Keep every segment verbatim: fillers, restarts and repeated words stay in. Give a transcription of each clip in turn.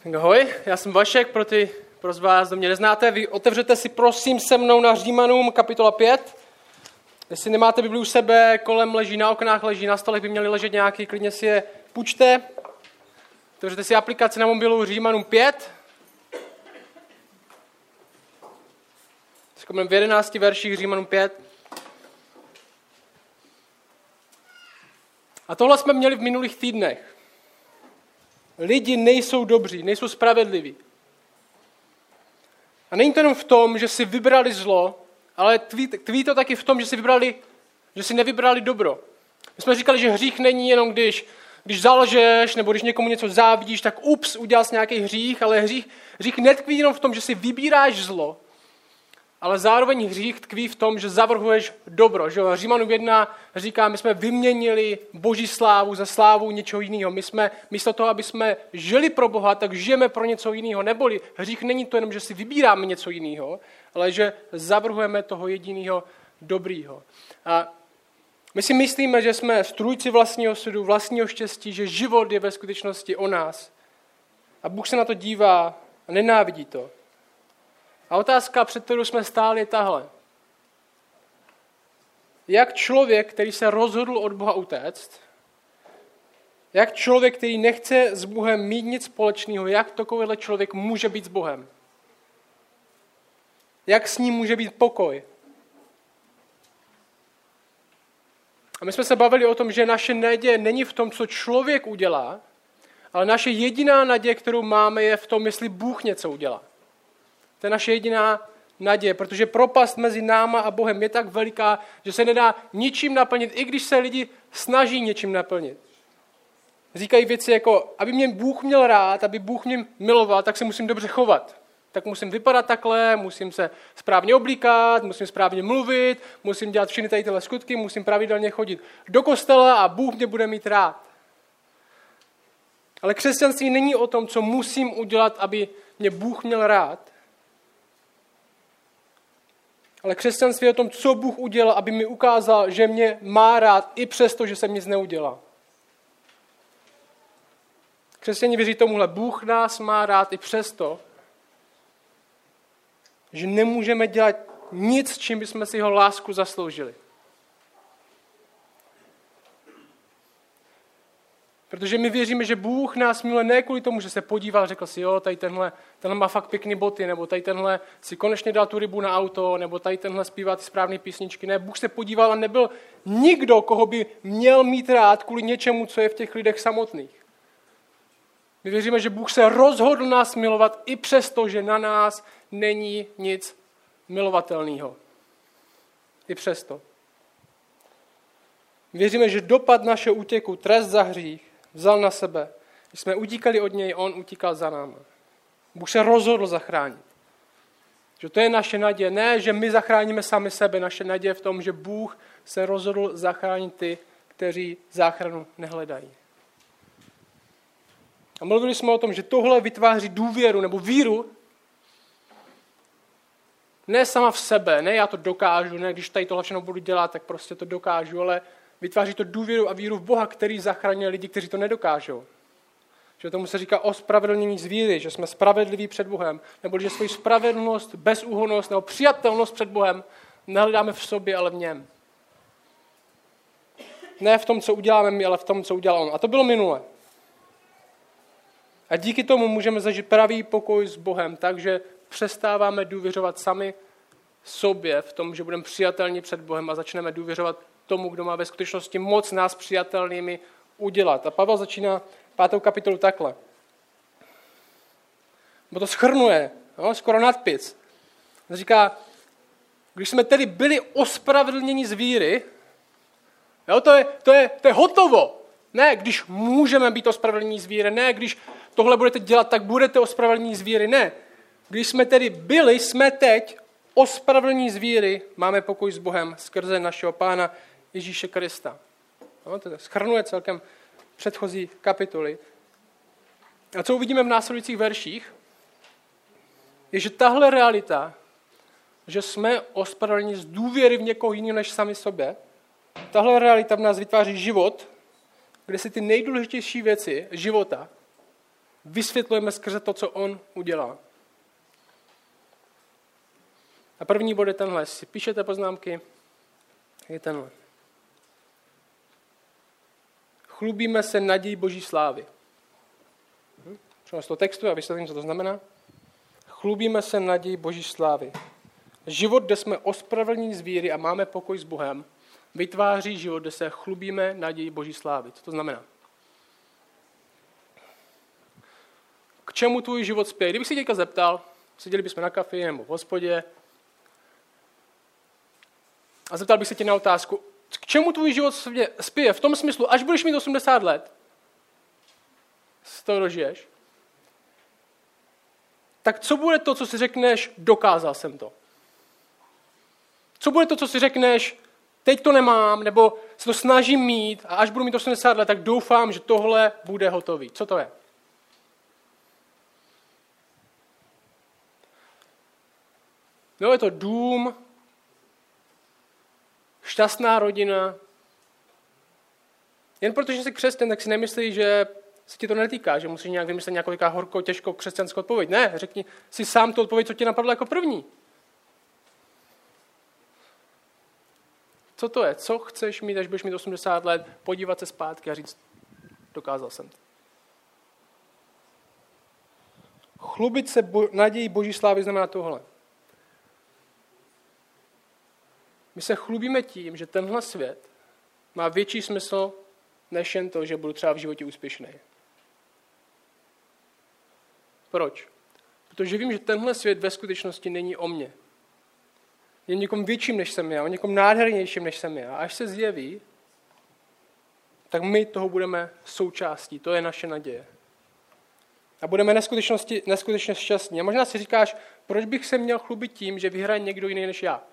Ahoj, já jsem Vašek, pro ty, pro vás, kdo mě neznáte, vy otevřete si prosím se mnou na Římanům kapitola pět. Jestli nemáte Bibli u sebe, kolem leží, na oknách leží, na stolech by měly ležet nějaký, klidně si je půjčte. Otevřete si aplikaci na mobilu Římanům pět. Jsme v jedenácti verších Římanům pět. A tohle jsme měli v minulých týdnech. Lidi nejsou dobří, nejsou spravedliví. A není to jenom v tom, že si vybrali zlo, ale tví, tví to taky v tom, že si vybrali, že si nevybrali dobro. My jsme říkali, že hřích není jenom, když, když zalžeš, nebo když někomu něco závidíš, tak ups, udělal jsi nějaký hřích, ale hřích, hřích netkví jenom v tom, že si vybíráš zlo, ale zároveň hřích tkví v tom, že zavrhuješ dobro. Že? Římanům jedna říká, my jsme vyměnili Boží slávu za slávu něčeho jiného. My jsme místo toho, aby jsme žili pro Boha, tak žijeme pro něco jiného. Neboli hřích není to jenom, že si vybíráme něco jiného, ale že zavrhujeme toho jediného dobrýho. A my si myslíme, že jsme strůjci vlastního osudu, vlastního štěstí, že život je ve skutečnosti o nás. A Bůh se na to dívá a nenávidí to. A otázka, před kterou jsme stáli, je tahle. Jak člověk, který se rozhodl od Boha utéct, jak člověk, který nechce s Bohem mít nic společného, jak takovýhle člověk může být s Bohem? Jak s ním může být pokoj? A my jsme se bavili o tom, že naše naděje není v tom, co člověk udělá, ale naše jediná naděje, kterou máme, je v tom, jestli Bůh něco udělá. To je naše jediná naděje, protože propast mezi náma a Bohem je tak veliká, že se nedá ničím naplnit, i když se lidi snaží něčím naplnit. Říkají věci jako, aby mě Bůh měl rád, aby Bůh mě miloval, tak se musím dobře chovat. Tak musím vypadat takhle, musím se správně oblíkat, musím správně mluvit, musím dělat všechny tady tyhle skutky, musím pravidelně chodit do kostela a Bůh mě bude mít rád. Ale křesťanství není o tom, co musím udělat, aby mě Bůh měl rád, ale křesťanství je o tom, co Bůh udělal, aby mi ukázal, že mě má rád i přesto, že jsem nic neudělal. Křesťané věří tomuhle. Bůh nás má rád i přesto, že nemůžeme dělat nic, čím bychom si jeho lásku zasloužili. Protože my věříme, že Bůh nás miluje ne kvůli tomu, že se podíval, řekl si, jo, tady tenhle, tenhle má fakt pěkný boty, nebo tady tenhle si konečně dal tu rybu na auto, nebo tady tenhle zpívá ty správné písničky. Ne, Bůh se podíval a nebyl nikdo, koho by měl mít rád kvůli něčemu, co je v těch lidech samotných. My věříme, že Bůh se rozhodl nás milovat i přesto, že na nás není nic milovatelného. I přesto. Věříme, že dopad našeho útěku, trest za hřích, vzal na sebe. Když jsme utíkali od něj, on utíkal za námi. Bůh se rozhodl zachránit. Že to je naše naděje. Ne, že my zachráníme sami sebe. Naše naděje v tom, že Bůh se rozhodl zachránit ty, kteří záchranu nehledají. A mluvili jsme o tom, že tohle vytváří důvěru nebo víru, ne sama v sebe, ne já to dokážu, ne když tady tohle všechno budu dělat, tak prostě to dokážu, ale vytváří to důvěru a víru v Boha, který zachraňuje lidi, kteří to nedokážou. Že tomu se říká ospravedlnění z víry, že jsme spravedliví před Bohem, nebo že svoji spravedlnost, bezúhonnost nebo přijatelnost před Bohem nehledáme v sobě, ale v něm. Ne v tom, co uděláme my, ale v tom, co udělal on. A to bylo minule. A díky tomu můžeme zažít pravý pokoj s Bohem, takže přestáváme důvěřovat sami sobě v tom, že budeme přijatelní před Bohem a začneme důvěřovat tomu, kdo má ve skutečnosti moc nás přijatelnými udělat. A Pavel začíná pátou kapitolu takhle. Bo to shrnuje, no, skoro nadpis. On říká, když jsme tedy byli ospravedlněni z víry, jo, to, je, to, je, to je hotovo. Ne, když můžeme být ospravedlněni z víry, ne, když tohle budete dělat, tak budete ospravedlněni z víry, ne. Když jsme tedy byli, jsme teď ospravedlněni z víry, máme pokoj s Bohem skrze našeho Pána Ježíše Krista. No, to shrnuje celkem předchozí kapitoly. A co uvidíme v následujících verších, je, že tahle realita, že jsme ospravedlněni z důvěry v někoho jiného než sami sobě, tahle realita v nás vytváří život, kde si ty nejdůležitější věci života vysvětlujeme skrze to, co on udělá. A první bod je tenhle. Jestli si píšete poznámky, je tenhle. Chlubíme se nadějí Boží slávy. Hm? Přijdu z toho textu a vysvětlím, co to znamená. Chlubíme se nadějí Boží slávy. Život, kde jsme ospravedlněni z víry a máme pokoj s Bohem, vytváří život, kde se chlubíme nadějí Boží slávy. Co to znamená? K čemu tvůj život spěje? Kdybych si teďka zeptal, seděli bychom na kafi nebo v hospodě a zeptal bych se tě na otázku, k čemu tvůj život spěje? V tom smyslu, až budeš mít osmdesát let, z toho dožiješ, tak co bude to, co si řekneš, dokázal jsem to? Co bude to, co si řekneš, teď to nemám, nebo se to snažím mít a až budu mít osmdesát let, tak doufám, že tohle bude hotový. Co to je? No, je to dům, šťastná rodina. Jen protože jsi křesťan, tak si nemyslí, že se ti to netýká, že musíš nějak vymyslet nějakou horkou, těžkou křesťanskou odpověď. Ne, řekni si sám tu odpověď, co ti napadlo jako první. Co to je? Co chceš mít, až budeš mít osmdesát let, podívat se zpátky a říct, dokázal jsem to. Chlubit se bo- nadějí Boží slávy znamená tohle. My se chlubíme tím, že tenhle svět má větší smysl, než jen to, že budu třeba v životě úspěšný. Proč? Protože vím, že tenhle svět ve skutečnosti není o mně. Je někom větším, než jsem já, o někom nádhernějším, než jsem já. A až se zjeví, tak my toho budeme součástí. To je naše naděje. A budeme neskutečně šťastní. A možná si říkáš, proč bych se měl chlubit tím, že vyhraje někdo jiný než já?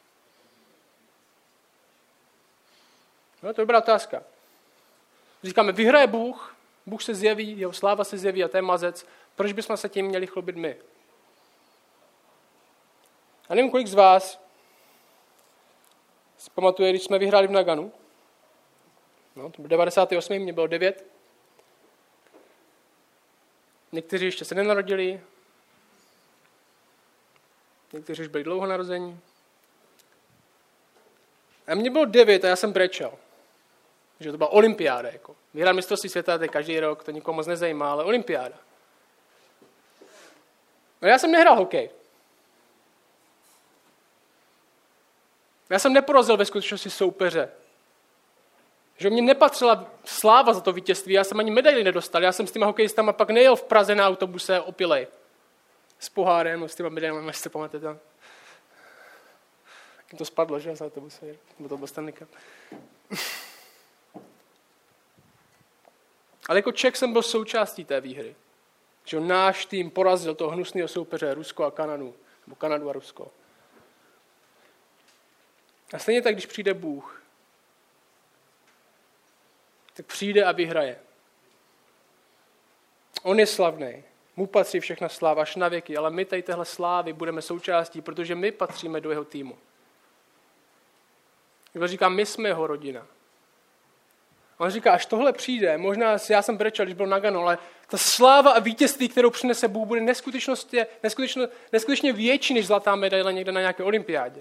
No, to je dobrá otázka. Říkáme, vyhraje Bůh, Bůh se zjeví, jeho sláva se zjeví a to je mazec. Proč bychom se tím měli chlubit my? A nevím, kolik z vás si pamatuje, když jsme vyhráli v Naganu. No, to bylo devadesát osm, mě bylo devět. Někteří ještě se nenarodili. Někteří už byli dlouho narození. A mně bylo devět a já jsem brečel. Že to byla olympiáda. Jako. Vyhrát mistrovství světa, to je každý rok, to nikomu moc nezajímá, ale olympiáda. No já jsem nehrál hokej. Já jsem neporazil ve skutečnosti soupeře. Že mě nepatřila sláva za to vítězství, já jsem ani medaili nedostal. Já jsem s těma hokejistama pak nejel v Praze na autobuse opilej. S pohárem, s těma medailemi, jestli si pamatujete. Jak to spadlo, že, z autobuse. Nebo to byl Stanley Cup. Ale jako Čech jsem byl součástí té výhry. Že náš tým porazil toho hnusného soupeře Rusko a Kanadu. Nebo Kanadu a Rusko. A stejně tak, když přijde Bůh, tak přijde a vyhraje. On je slavný. Mu patří všechna sláva až na věky, ale my tady téhle slávy budeme součástí, protože my patříme do jeho týmu. Když říká, my jsme jeho rodina. On říká, až tohle přijde, možná já jsem brečel, když byl Nagano, ale ta sláva a vítězství, kterou přinese Bůh, bude neskutečně, neskutečně, neskutečně větší než zlatá medaile někde na nějaké olympiádě.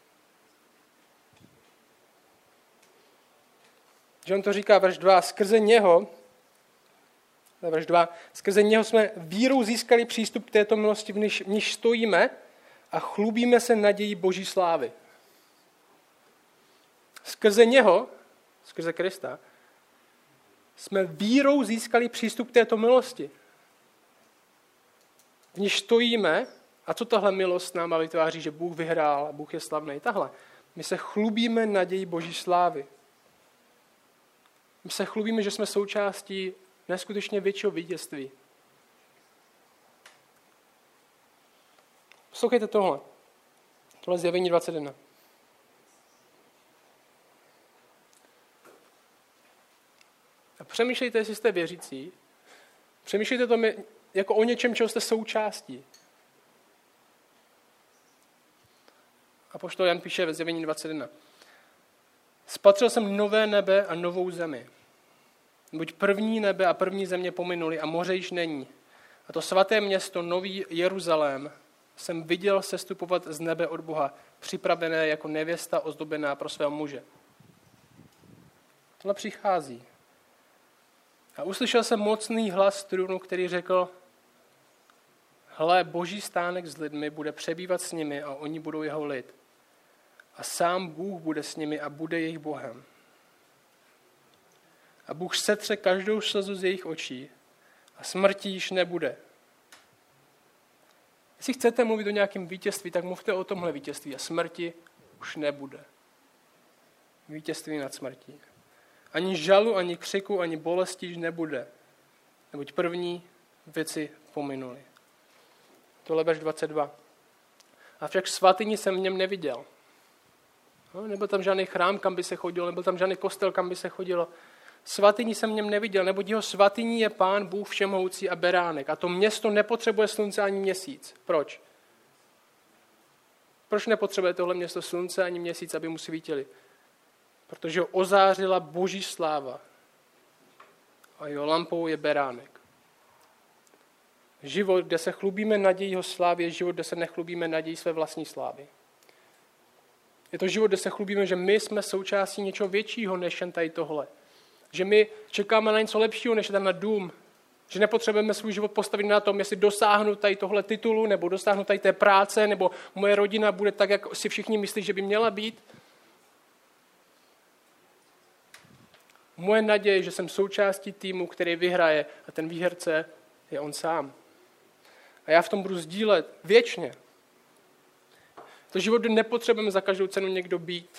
Že on to říká verš dva, skrze něho, verš dva, skrze něho jsme vírou získali přístup k této milosti, v níž, v níž stojíme a chlubíme se nadějí Boží slávy. Skrze něho, skrze Krista, jsme vírou získali přístup k této milosti. V níž stojíme, a co tahle milost nám vytváří, že Bůh vyhrál a Bůh je slavný. Tahle. My se chlubíme nadějí Boží slávy. My se chlubíme, že jsme součástí neskutečně většího vítězství. Poslouchejte tohle. Tohle Zjevení dvacet jedna. A přemýšlejte, jestli jste věřící. Přemýšlejte to jako o něčem, čeho jste součástí. Apoštol Jan píše ve Zjevení dvacet jedna. Spatřil jsem nové nebe a novou zemi. Buď první nebe a první země pominuli a moře již není. A to svaté město, Nový Jeruzalém, jsem viděl sestupovat z nebe od Boha, připravené jako nevěsta ozdobená pro svého muže. Tohle přichází. A uslyšel jsem mocný hlas z trůnu, který řekl, hle, boží stánek s lidmi bude přebývat s nimi a oni budou jeho lid. A sám Bůh bude s nimi a bude jejich Bohem. A Bůh setře každou slzu z jejich očí a smrti již nebude. Jestli chcete mluvit o nějakém vítězství, tak mluvte o tomhle vítězství a smrti už nebude. Vítězství nad smrtí. Ani žalu, ani křiku, ani bolesti již nebude. Neboť první věci pominuly. Tohle verš dvacet dva. Avšak svatyni jsem v něm neviděl. No, nebyl tam žádný chrám, kam by se chodilo, nebyl tam žádný kostel, kam by se chodilo. Svatyni jsem v něm neviděl, neboť jeho svatyní je Pán Bůh všemohoucí a beránek. A to město nepotřebuje slunce ani měsíc. Proč? Proč nepotřebuje tohle město slunce ani měsíc, aby mu svítili? Protože ho ozářila boží sláva. A jeho lampou je beránek. Život, kde se chlubíme nadějí jeho slávy, je život, kde se nechlubíme nadějí své vlastní slávy. Je to život, kde se chlubíme, že my jsme součástí něčeho většího, než jen tady tohle. Že my čekáme na něco lepšího, než je tam na dům. Že nepotřebujeme svůj život postavit na tom, jestli dosáhnu tady tohle titulu, nebo dosáhnu tady té práce, nebo moje rodina bude tak, jak si všichni myslí, že by měla být. Moje naděje je, že jsem součástí týmu, který vyhraje a ten výherce je on sám. A já v tom budu sdílet věčně. To život, kde nepotřebujeme za každou cenu někdo být.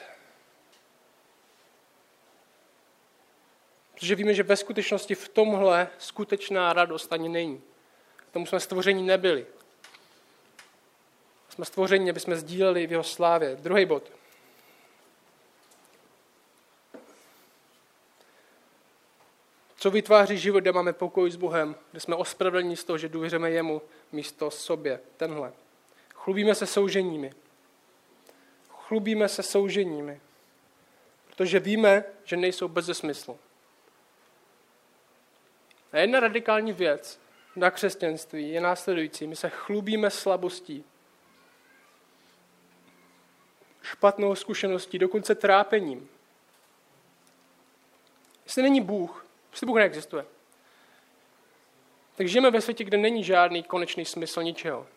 Protože víme, že ve skutečnosti v tomhle skutečná radost ani není. K tomu jsme stvoření nebyli. Jsme stvoření, aby jsme sdíleli v jeho slávě. Druhý bod. Co vytváří život, kde máme pokoj s Bohem, kde jsme ospravedlní z toho, že důvěřujeme jemu místo sobě. Tenhle. Chlubíme se souženími. Chlubíme se souženími. Protože víme, že nejsou beze smyslu. A jedna radikální věc na křesťanství je následující. My se chlubíme slabostí, špatnou zkušeností, dokonce trápením. Jestli není Bůh, jestli Bůh neexistuje, tak žijeme ve světě, kde není žádný konečný smysl ničeho.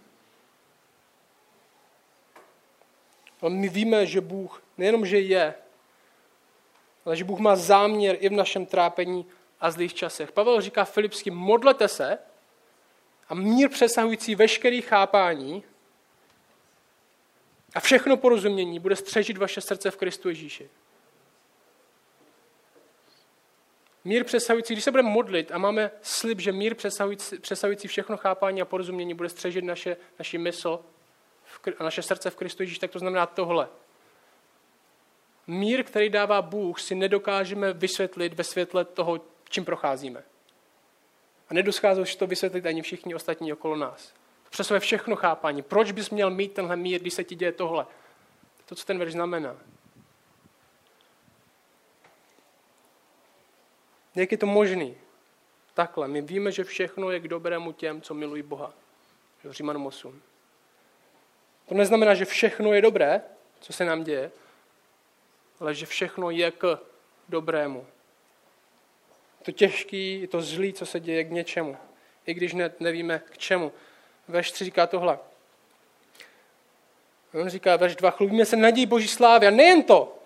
Ale my víme, že Bůh nejenom, že je, ale že Bůh má záměr i v našem trápení a zlých časech. Pavel říká Filipským, modlete se a mír přesahující veškerý chápání a všechno porozumění bude střežit vaše srdce v Kristu Ježíši. Mír přesahující, když se budeme modlit a máme slib, že mír přesahující, přesahující všechno chápání a porozumění bude střežit naše, naši mysl a naše srdce v Kristu Ježíši, tak to znamená tohle. Mír, který dává Bůh, si nedokážeme vysvětlit ve světle toho, čím procházíme. A nedochází to vysvětlit ani všichni ostatní okolo nás. Přesuje všechno chápání. Proč bys měl mít tenhle mír, když se ti děje tohle? To, co ten verš znamená. Jak je to možný? Takhle. My víme, že všechno je k dobrému těm, co milují Boha. Římanům osm. To neznamená, že všechno je dobré, co se nám děje, ale že všechno je k dobrému. To těžký, je to zlý, co se děje k něčemu. I když ne, nevíme k čemu. Verš tři říká tohle. On říká, verš dva, chlubíme se naději Boží slávy. A nejen to.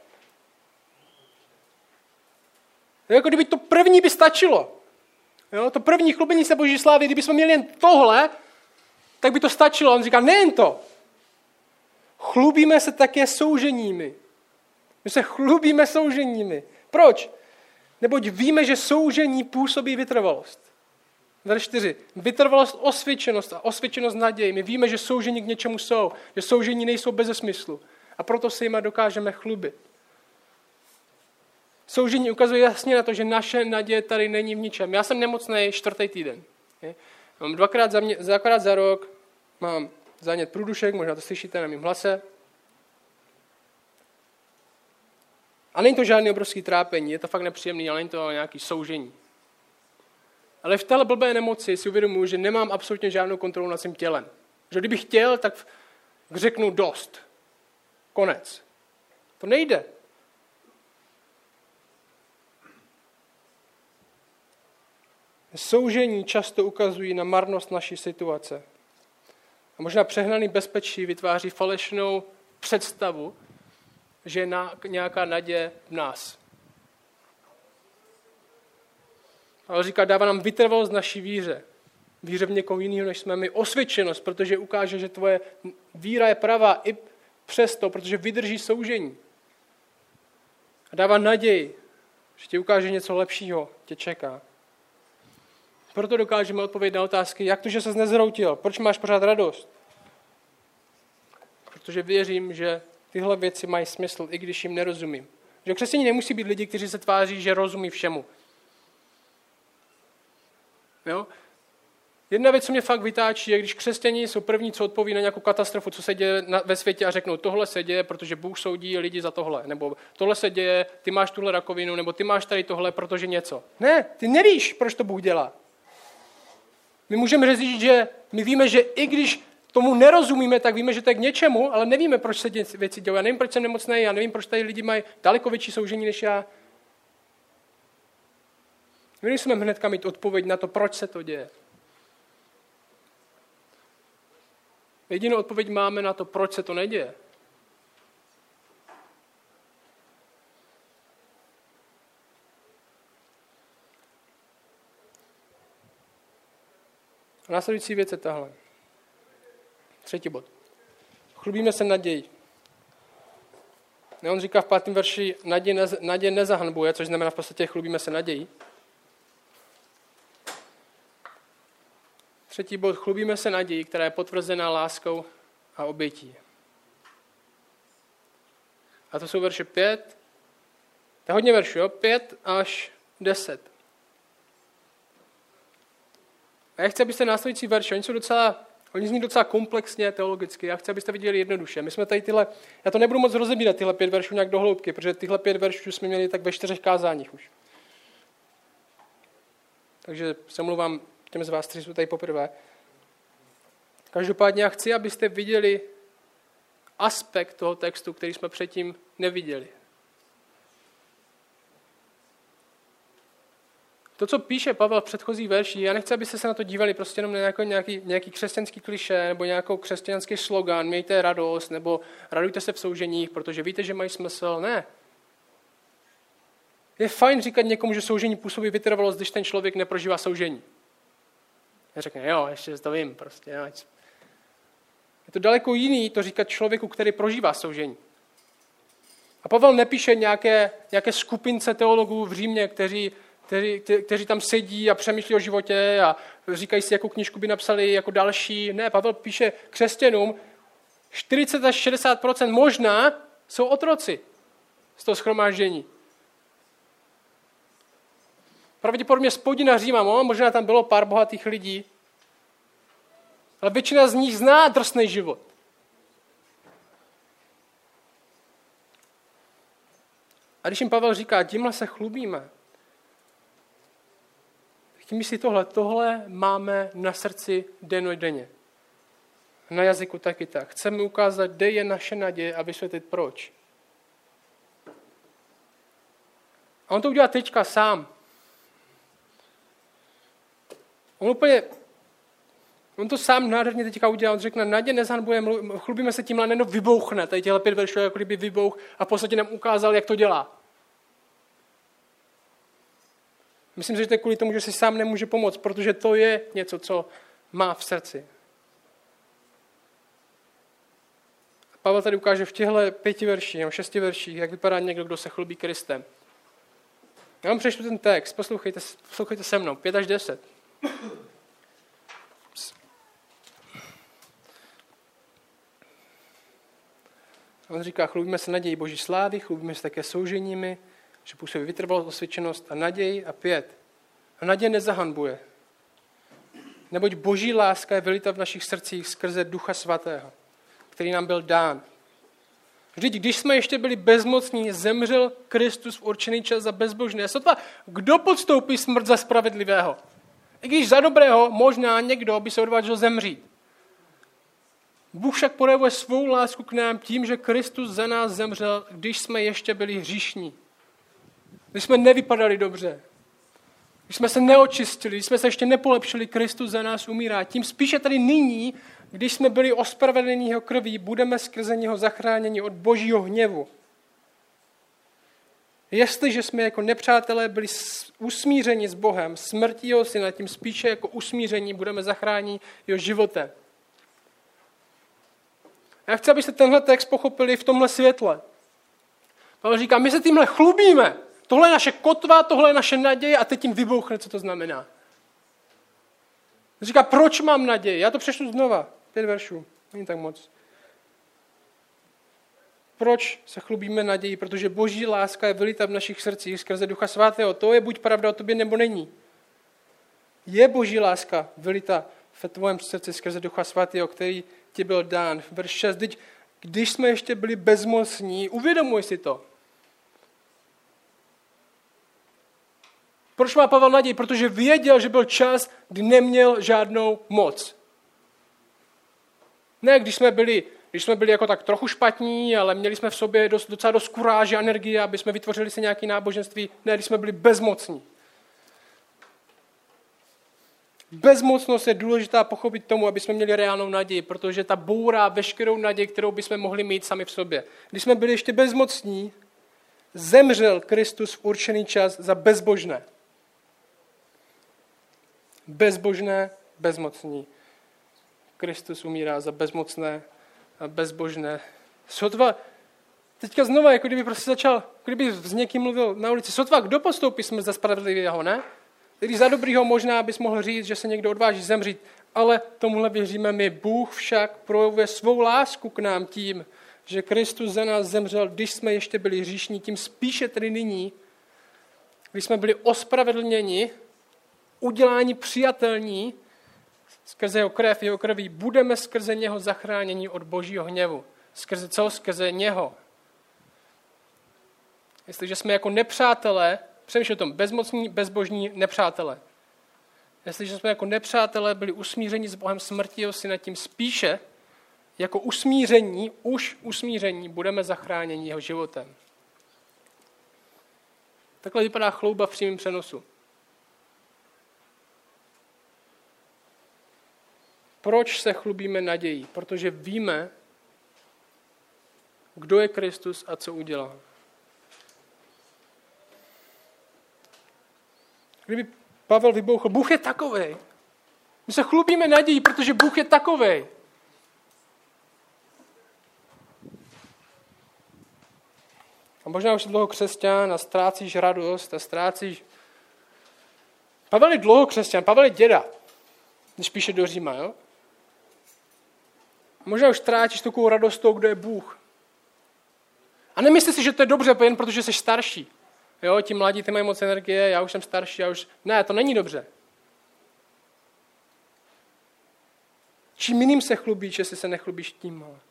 Jako kdyby to první by stačilo. Jo, to první chlubení se Boží slávy, kdybychom měli jen tohle, tak by to stačilo. On říká, nejen to. Chlubíme se také souženími. My se chlubíme souženími. Proč? Neboť víme, že soužení působí vytrvalost. Verš čtyři. Vytrvalost, osvědčenost a osvědčenost naději. My víme, že soužení k něčemu jsou, že soužení nejsou beze smyslu. A proto se jima dokážeme chlubit. Soužení ukazuje jasně na to, že naše naděje tady není v ničem. Já jsem nemocný čtvrtý týden. Mám dvakrát za, mě, dvakrát za rok, mám zánět průdušek, možná to slyšíte na mém hlase. A není to žádný obrovský trápení, je to fakt nepříjemný, ale není to nějaký soužení. Ale v téhle blbé nemoci si uvědomuji, že nemám absolutně žádnou kontrolu nad svým tělem. Že kdybych chtěl, tak řeknu dost. Konec. To nejde. Soužení často ukazují na marnost naší situace. A možná přehnaný bezpečí vytváří falešnou představu, že je nějaká naděje v nás. Ale říká, dává nám vytrvalost naší víře. Víře v někoho jiného, než jsme my. Osvědčenost, protože ukáže, že tvoje víra je pravá i přesto, protože vydrží soužení. A dává naději, že ti ukáže něco lepšího, tě čeká. Proto dokážeme odpovědět na otázky, jak to, že ses nezhroutil, proč máš pořád radost? Protože věřím, že tyhle věci mají smysl, i když jim nerozumím. Že křesťané nemusí být lidi, kteří se tváří, že rozumí všemu. Jo? Jedna věc, co mě fakt vytáčí, je, když křesťané jsou první, co odpoví na nějakou katastrofu, co se děje na, ve světě a řeknou, tohle se děje, protože Bůh soudí lidi za tohle, nebo tohle se děje, ty máš tuhle rakovinu, nebo ty máš tady tohle, protože něco. Ne, ty nevíš, proč to Bůh dělá. My můžeme říct, že my víme, že i když tomu nerozumíme, tak víme, že to je k něčemu, ale nevíme, proč se dě, věci dějí. Já nevím, proč jsem nemocný, já nevím, proč tady lidi mají daleko větší soužení než já. My nejsme hnedka mít odpověď na to, proč se to děje. Jedinou odpověď máme na to, proč se to neděje. A následující věc je tahle. Třetí bod. Chlubíme se nadějí. On říká v pátém verši, naděj, nez, naděj nezahanbuje, což znamená v podstatě chlubíme se nadějí. Třetí bod, chlubíme se nadějí, která je potvrzená láskou a obětí. A to jsou verše pět, to je hodně veršů, jo? pět až deset. A já chci, abyste následující verše, oni jsou docela, oni zní docela komplexně teologicky, já chci, abyste viděli jednoduše. My jsme tady tyhle, já to nebudu moc rozebírat, tyhle pět veršů nějak do hloubky, protože tyhle pět veršů jsme měli tak ve čtyřech kázáních už. Takže se mluvám těm z vás, kteří jsou tady poprvé. Každopádně já chci, abyste viděli aspekt toho textu, který jsme předtím neviděli. To, co píše Pavel v předchozí verši, já nechci, abyste se na to dívali prostě jenom na nějaký, nějaký, nějaký křesťanský klišé nebo nějakou křesťanský slogan, mějte radost, nebo radujte se v souženích, protože víte, že mají smysl. Ne. Je fajn říkat někomu, že soužení působí vytrvalost, když ten člověk neprožívá soužení. Já řekne, jo, ještě to vím, prostě. Jo. Je to daleko jiný to říkat člověku, který prožívá soužení. A Pavel nepíše nějaké, nějaké skupince teologů v Římě, kteří Kteří, kteří tam sedí a přemýšlí o životě a říkají si, jakou knížku by napsali jako další. Ne, Pavel píše křesťanům, čtyřicet až šedesát procent možná jsou otroci z toho shromáždění. Pravděpodobně spodina Říma, možná tam bylo pár bohatých lidí, ale většina z nich zná drsný život. A když jim Pavel říká, tímhle se chlubíme, tím si tohle, tohle máme na srdci dennodenně. Na jazyku taky tak. Chceme ukázat, kde je naše naděje a vysvětlit proč. A on to udělá teďka sám. On úplně, on to sám nádherně teďka udělá. On řekne, naděje nezahanbujeme, chlubíme se tímhle, jenom vybouchne. Tady těhle pět veršů, jako kdyby vybouch a v podstatě nám ukázal, jak to dělá. Myslím si, že to je kvůli tomu, že si sám nemůže pomoct, protože to je něco, co má v srdci. Pavel tady ukáže v těchto pěti verších, nebo šesti verších, jak vypadá někdo, kdo se chlubí Kristem. Já vám přečtu ten text, poslouchejte, poslouchejte se mnou, pět až deset. On říká, chlubíme se naději Boží slávy, chlubíme se také souženími, že působí vytrvalost, osvědčenost a naději a pět. A naděje nezahanbuje. Neboť Boží láska je vylita v našich srdcích skrze Ducha Svatého, který nám byl dán. Vždyť, když jsme ještě byli bezmocní, zemřel Kristus v určený čas za bezbožné. Sotva, kdo podstoupí smrt za spravedlivého? I když za dobrého možná někdo by se odvážil zemřít. Bůh však projevuje svou lásku k nám tím, že Kristus za nás zemřel, když jsme ještě byli hříšní. Když jsme nevypadali dobře. Když jsme se neočistili, když jsme se ještě nepolepšili, Kristus za nás umírá. Tím spíše tady nyní, když jsme byli ospravedlněni jeho krví, budeme skrze něho zachráněni od božího hněvu. Jestliže jsme jako nepřátelé byli usmířeni s Bohem, smrtí jeho syna, tím spíše jako usmíření budeme zachráněni jeho životem. Já chci, abyste tenhle text pochopili v tomhle světle. Pavel říká, my se tímhle chlubíme. Tohle je naše kotva, tohle je naše naděje a teď tím vybouchne, co to znamená. Říká, proč mám naději? Já to přečtu znova. Pět veršů. Není tak moc. Proč se chlubíme naději? Protože boží láska je vylita v našich srdcích skrze Ducha Svatého. To je buď pravda o tobě, nebo není. Je boží láska vylita v tvém srdci skrze Ducha Svatého, který ti byl dán. Verš šest. Když jsme ještě byli bezmocní, uvědomuj si to. Proč má Pavel naději? Protože věděl, že byl čas, kdy neměl žádnou moc. Ne, když jsme byli, když jsme byli jako tak trochu špatní, ale měli jsme v sobě dost, docela dost kuráže a energie, aby jsme vytvořili si nějaké náboženství. Ne, když jsme byli bezmocní. Bezmocnost je důležitá pochopit tomu, aby jsme měli reálnou naději, protože ta bourá veškerou naději, kterou bychom mohli mít sami v sobě. Když jsme byli ještě bezmocní, zemřel Kristus v určený čas za bezbožné. Bezbožné, bezmocní. Kristus umírá za bezmocné a bezbožné. Sotva, teďka znova, jako kdyby prostě začal, kdyby s někým mluvil na ulici, sotva, kdo postoupí smrt za spravedlivého, ne? Když za dobrýho možná bys mohl říct, že se někdo odváží zemřít, ale tomuhle věříme my. Bůh však projevuje svou lásku k nám tím, že Kristus za nás zemřel, když jsme ještě byli hříšní, tím spíše tedy nyní, když jsme byli ospravedlněni, uděláni přijatelní skrze jeho krev, jeho krví, budeme skrze něho zachráněni od božího hněvu. Skrze co? Skrze něho. Jestliže jsme jako nepřátelé, přemýšlím o tom, bezmocní, bezbožní nepřátelé. Jestliže jsme jako nepřátelé byli usmířeni s Bohem smrtí jeho syna, tím spíše jako usmíření, už usmíření, budeme zachráněni jeho životem. Takhle vypadá chlouba v přímém přenosu. Proč se chlubíme nadějí? Protože víme, kdo je Kristus a co udělal. Kdyby Pavel vybouchl, Bůh je takovej. My se chlubíme nadějí, protože Bůh je takovej. A možná už jsi dlouho křesťan a ztrácíš radost a ztrácíš... Pavel je dlouho křesťan, Pavel je děda, když píše do Říma, jo? Možná už ztrácíš takovou radost toho, kdo je Bůh. A nemyslí si, že to je dobře, jen protože jsi starší. Jo, ti mladí, ty mají moc energie, já už jsem starší, já už... Ne, to není dobře. Čím jiným se chlubíš, jestli se nechlubíš tím. Ale.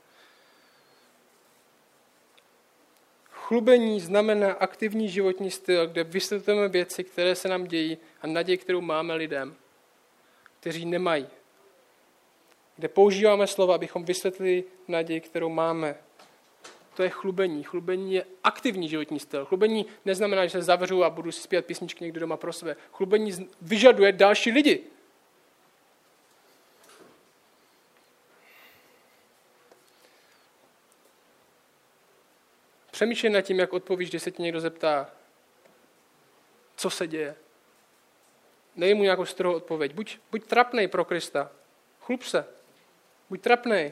Chlubení znamená aktivní životní styl, kde vysvětlujeme věci, které se nám dějí a naději, kterou máme lidem, kteří nemají. Kde používáme slova, abychom vysvětlili naději, kterou máme. To je chlubení. Chlubení je aktivní životní styl. Chlubení neznamená, že se zavřu a budu si zpívat písničky někde doma pro sebe. Chlubení vyžaduje další lidi. Přemýšlej nad tím, jak odpovíš, když se ti někdo zeptá, co se děje. Dej mu nějakou strohou odpověď. Buď, buď trapnej pro Krista. Chlup se. Buď trapnej.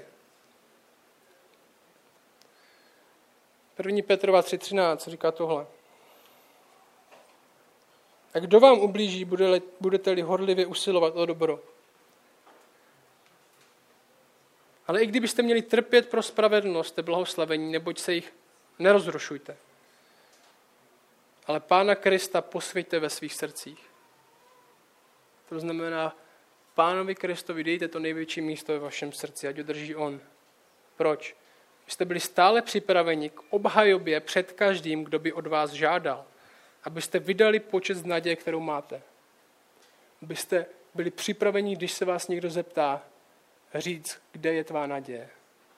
první Petrova tři třináct říká tohle. A kdo vám ublíží, budete-li horlivě usilovat o dobro. Ale i kdybyste měli trpět pro spravedlnost, jste blahoslavení, neboť se jich nerozrušujte. Ale Pána Krista posvěťte ve svých srdcích. To znamená, Pánovi Kristovi dejte to největší místo ve vašem srdci, ať ho drží on. Proč? Abyste byli stále připraveni k obhajobě před každým, kdo by od vás žádal. Abyste vydali počet z naděje, kterou máte. Abyste byli připraveni, když se vás někdo zeptá, říct, kde je tvá naděje.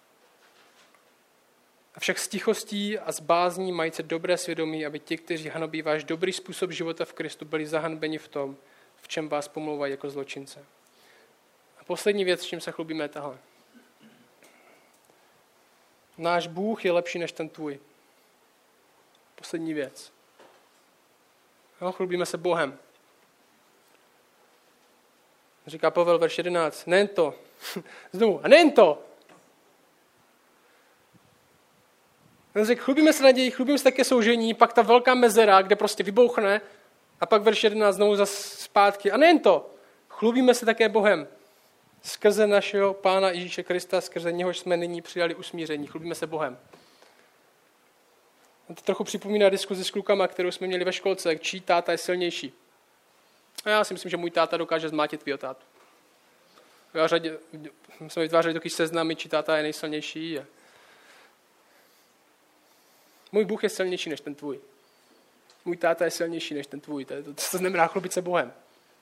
Avšak s tichostí a s bázní mají se dobré svědomí, aby ti, kteří hanobí váš dobrý způsob života v Kristu, byli zahanbeni v tom, v čem vás pomlouvají jako zločince. A poslední věc, s čím se chlubíme, je tahle. Náš Bůh je lepší než ten tvůj. Poslední věc. No, chlubíme se Bohem. Říká Pavel, verš jedenáct. Nejen to. Znovu. A nejen to. On řekl, chlubíme se naději, chlubíme se také soužení, pak ta velká mezera, kde prostě vybouchne, a pak verš jedenáct znovu zase zpátky. A nejen to. Chlubíme se také Bohem. Skrze našeho Pána Ježíše Krista, skrze něhož jsme nyní přijali usmíření. Chlubíme se Bohem. A to trochu připomíná diskuzi s klukama, kterou jsme měli ve školce, čí táta je silnější. A já si myslím, že můj táta dokáže zmátit tvýho tátu. Já řadě, jsme vytvářeli takový seznamy, čí táta je nejsilnější. A můj Bůh je silnější než ten tvůj. Můj táta je silnější než ten tvůj. To, to, to znamená chlubit se Bohem.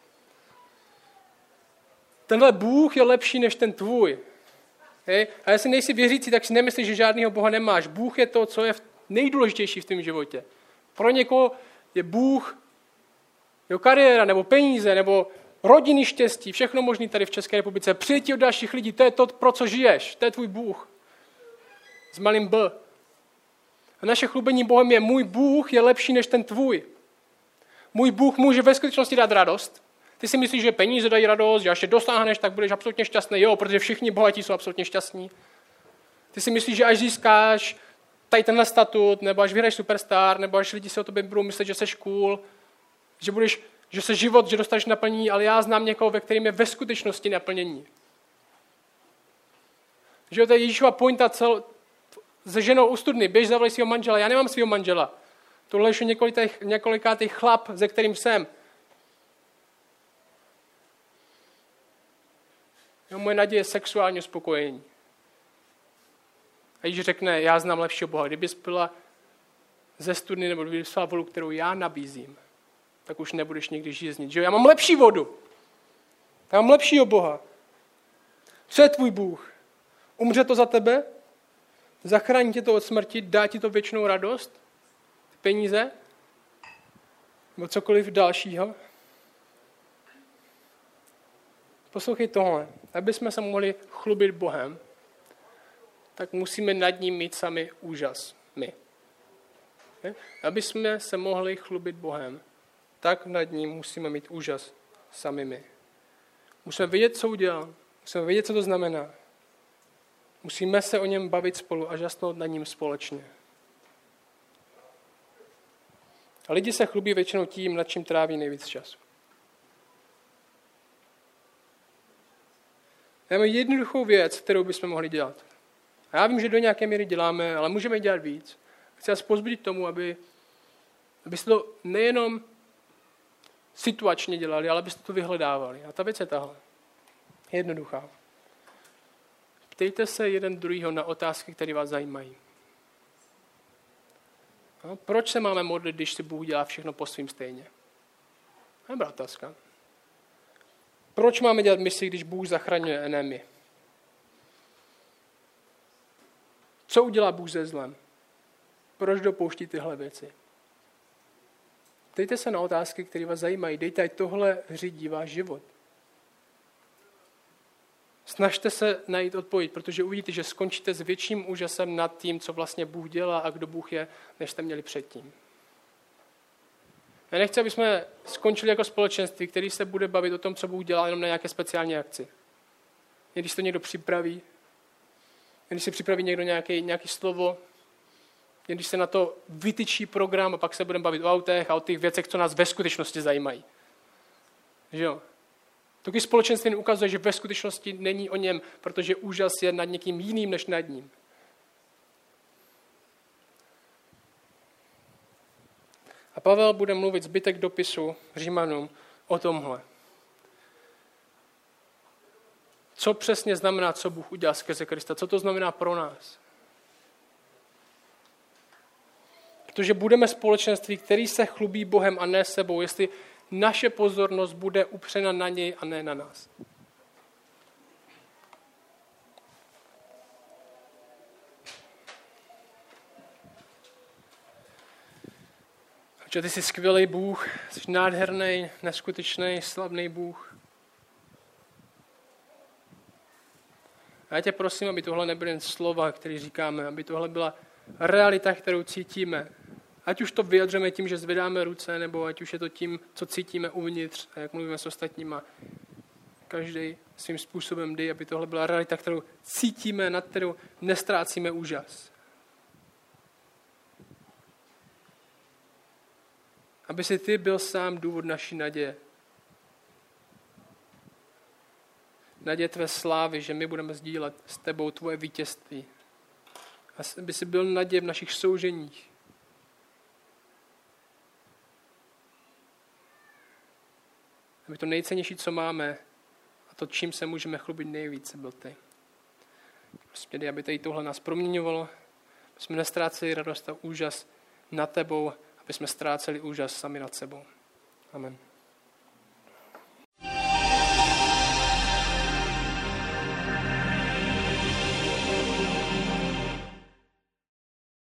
Tenhle Bůh je lepší než ten tvůj. Hej? A jestli nejsi věřící, tak si nemyslíš, že žádného Boha nemáš. Bůh je to, co je nejdůležitější v tom životě. Pro někoho je Bůh, jeho kariéra, nebo peníze, nebo rodinný štěstí, všechno možné tady v České republice. Přijetí od dalších lidí, to je to, pro co žiješ. To je tvůj Bůh. S malým B. A naše chlubení Bohem je, můj Bůh je lepší než ten tvůj. Můj Bůh může ve skutečnosti dát radost. Ty si myslíš, že peníze dají radost, že až je dosáhneš, tak budeš absolutně šťastný. Jo, protože všichni bohatí jsou absolutně šťastní. Ty si myslíš, že až získáš tady tenhle statut, nebo až vyhraješ Superstar, nebo až lidi si o tobě budou myslet, že jsi cool, že budeš, že se život, že dostaneš naplnění, ale já znám někoho, ve kterým je ve skutečnosti naplnění. Že to je Ježíšova pointa cel, se ženou u studny, běž zavolej svého manžela, já nemám svého manžela. Tohle je několikátý chlap, ze kterým jsem. Jo, moje naděje je sexuální uspokojení. A Ježíš řekne, já znám lepšího Boha. Kdybys byla ze studny, nebo kdybys byla vodu, kterou já nabízím, tak už nebudeš nikdy žíznit. Že jo? Já mám lepší vodu. Já mám lepšího Boha. Co je tvůj Bůh? Umře to za tebe? Zachrání tě to od smrti? Dá ti to věčnou radost? Peníze? Nebo cokoliv dalšího? Poslouchej tohle. Aby jsme se mohli chlubit Bohem, tak musíme nad ním mít sami úžas. My. Aby jsme se mohli chlubit Bohem, tak nad ním musíme mít úžas sami my. Musíme vědět, co udělal. Musíme vědět, co to znamená. Musíme se o něm bavit spolu a žasnout nad ním společně. A lidi se chlubí většinou tím, nad čím tráví nejvíc času. Já mám jednoduchou věc, kterou bychom mohli dělat. A já vím, že do nějaké míry děláme, ale můžeme dělat víc. Chci vás pozbudit tomu, aby, abyste to nejenom situačně dělali, ale abyste to vyhledávali. A ta věc je tahle. Jednoduchá. Ptejte se jeden druhýho na otázky, které vás zajímají. No, proč se máme modlit, když si Bůh dělá všechno po svým stejně? Dobrá otázka. Proč máme dělat misi, když Bůh zachraňuje, a ne my? Co udělá Bůh se zlem? Proč dopouští tyhle věci? Dejte se na otázky, které vás zajímají. Dejte, ať tohle řídí váš život. Snažte se najít odpověď, protože uvidíte, že skončíte s větším úžasem nad tím, co vlastně Bůh dělá a kdo Bůh je, než jste měli předtím. Já nechci, aby jsme skončili jako společenství, který se bude bavit o tom, co Bůh dělá jenom na nějaké speciální akci. Když to někdo připraví, když si připraví někdo nějaký, nějaký slovo, když se na to vytyčí program a pak se budeme bavit o autech a o těch věcech, co nás ve skutečnosti zajímají. Že jo? Takový společenství ukazuje, že ve skutečnosti není o něm, protože úžas je nad někým jiným než nad ním. A Pavel bude mluvit zbytek dopisu Římanům o tomhle. Co přesně znamená, co Bůh udělal skrze Krista? Co to znamená pro nás? Protože budeme společenství, který se chlubí Bohem a ne sebou. Jestli naše pozornost bude upřena na něj a ne na nás. Protože ty jsi skvělý Bůh, jsi nádherný, neskutečný, slavný Bůh. A já tě prosím, aby tohle nebyly jen slova, které říkáme, aby tohle byla realita, kterou cítíme. Ať už to vyjadřujeme tím, že zvedáme ruce, nebo ať už je to tím, co cítíme uvnitř a jak mluvíme s ostatníma. Každý svým způsobem dej, aby tohle byla realita, kterou cítíme, nad kterou nestrácíme úžas. Aby si ty byl sám důvod naší naděje. Naděje tvé slávy, že my budeme sdílet s tebou tvoje vítězství. Aby si byl naděje v našich souženích. Aby to nejcennější, co máme, a to, čím se můžeme chlubit nejvíce, byl ty. Prostě dej, aby tady tohle nás proměňovalo, aby jsme nestráceli radost a úžas nad tebou, aby jsme ztráceli úžas sami nad sebou. Amen.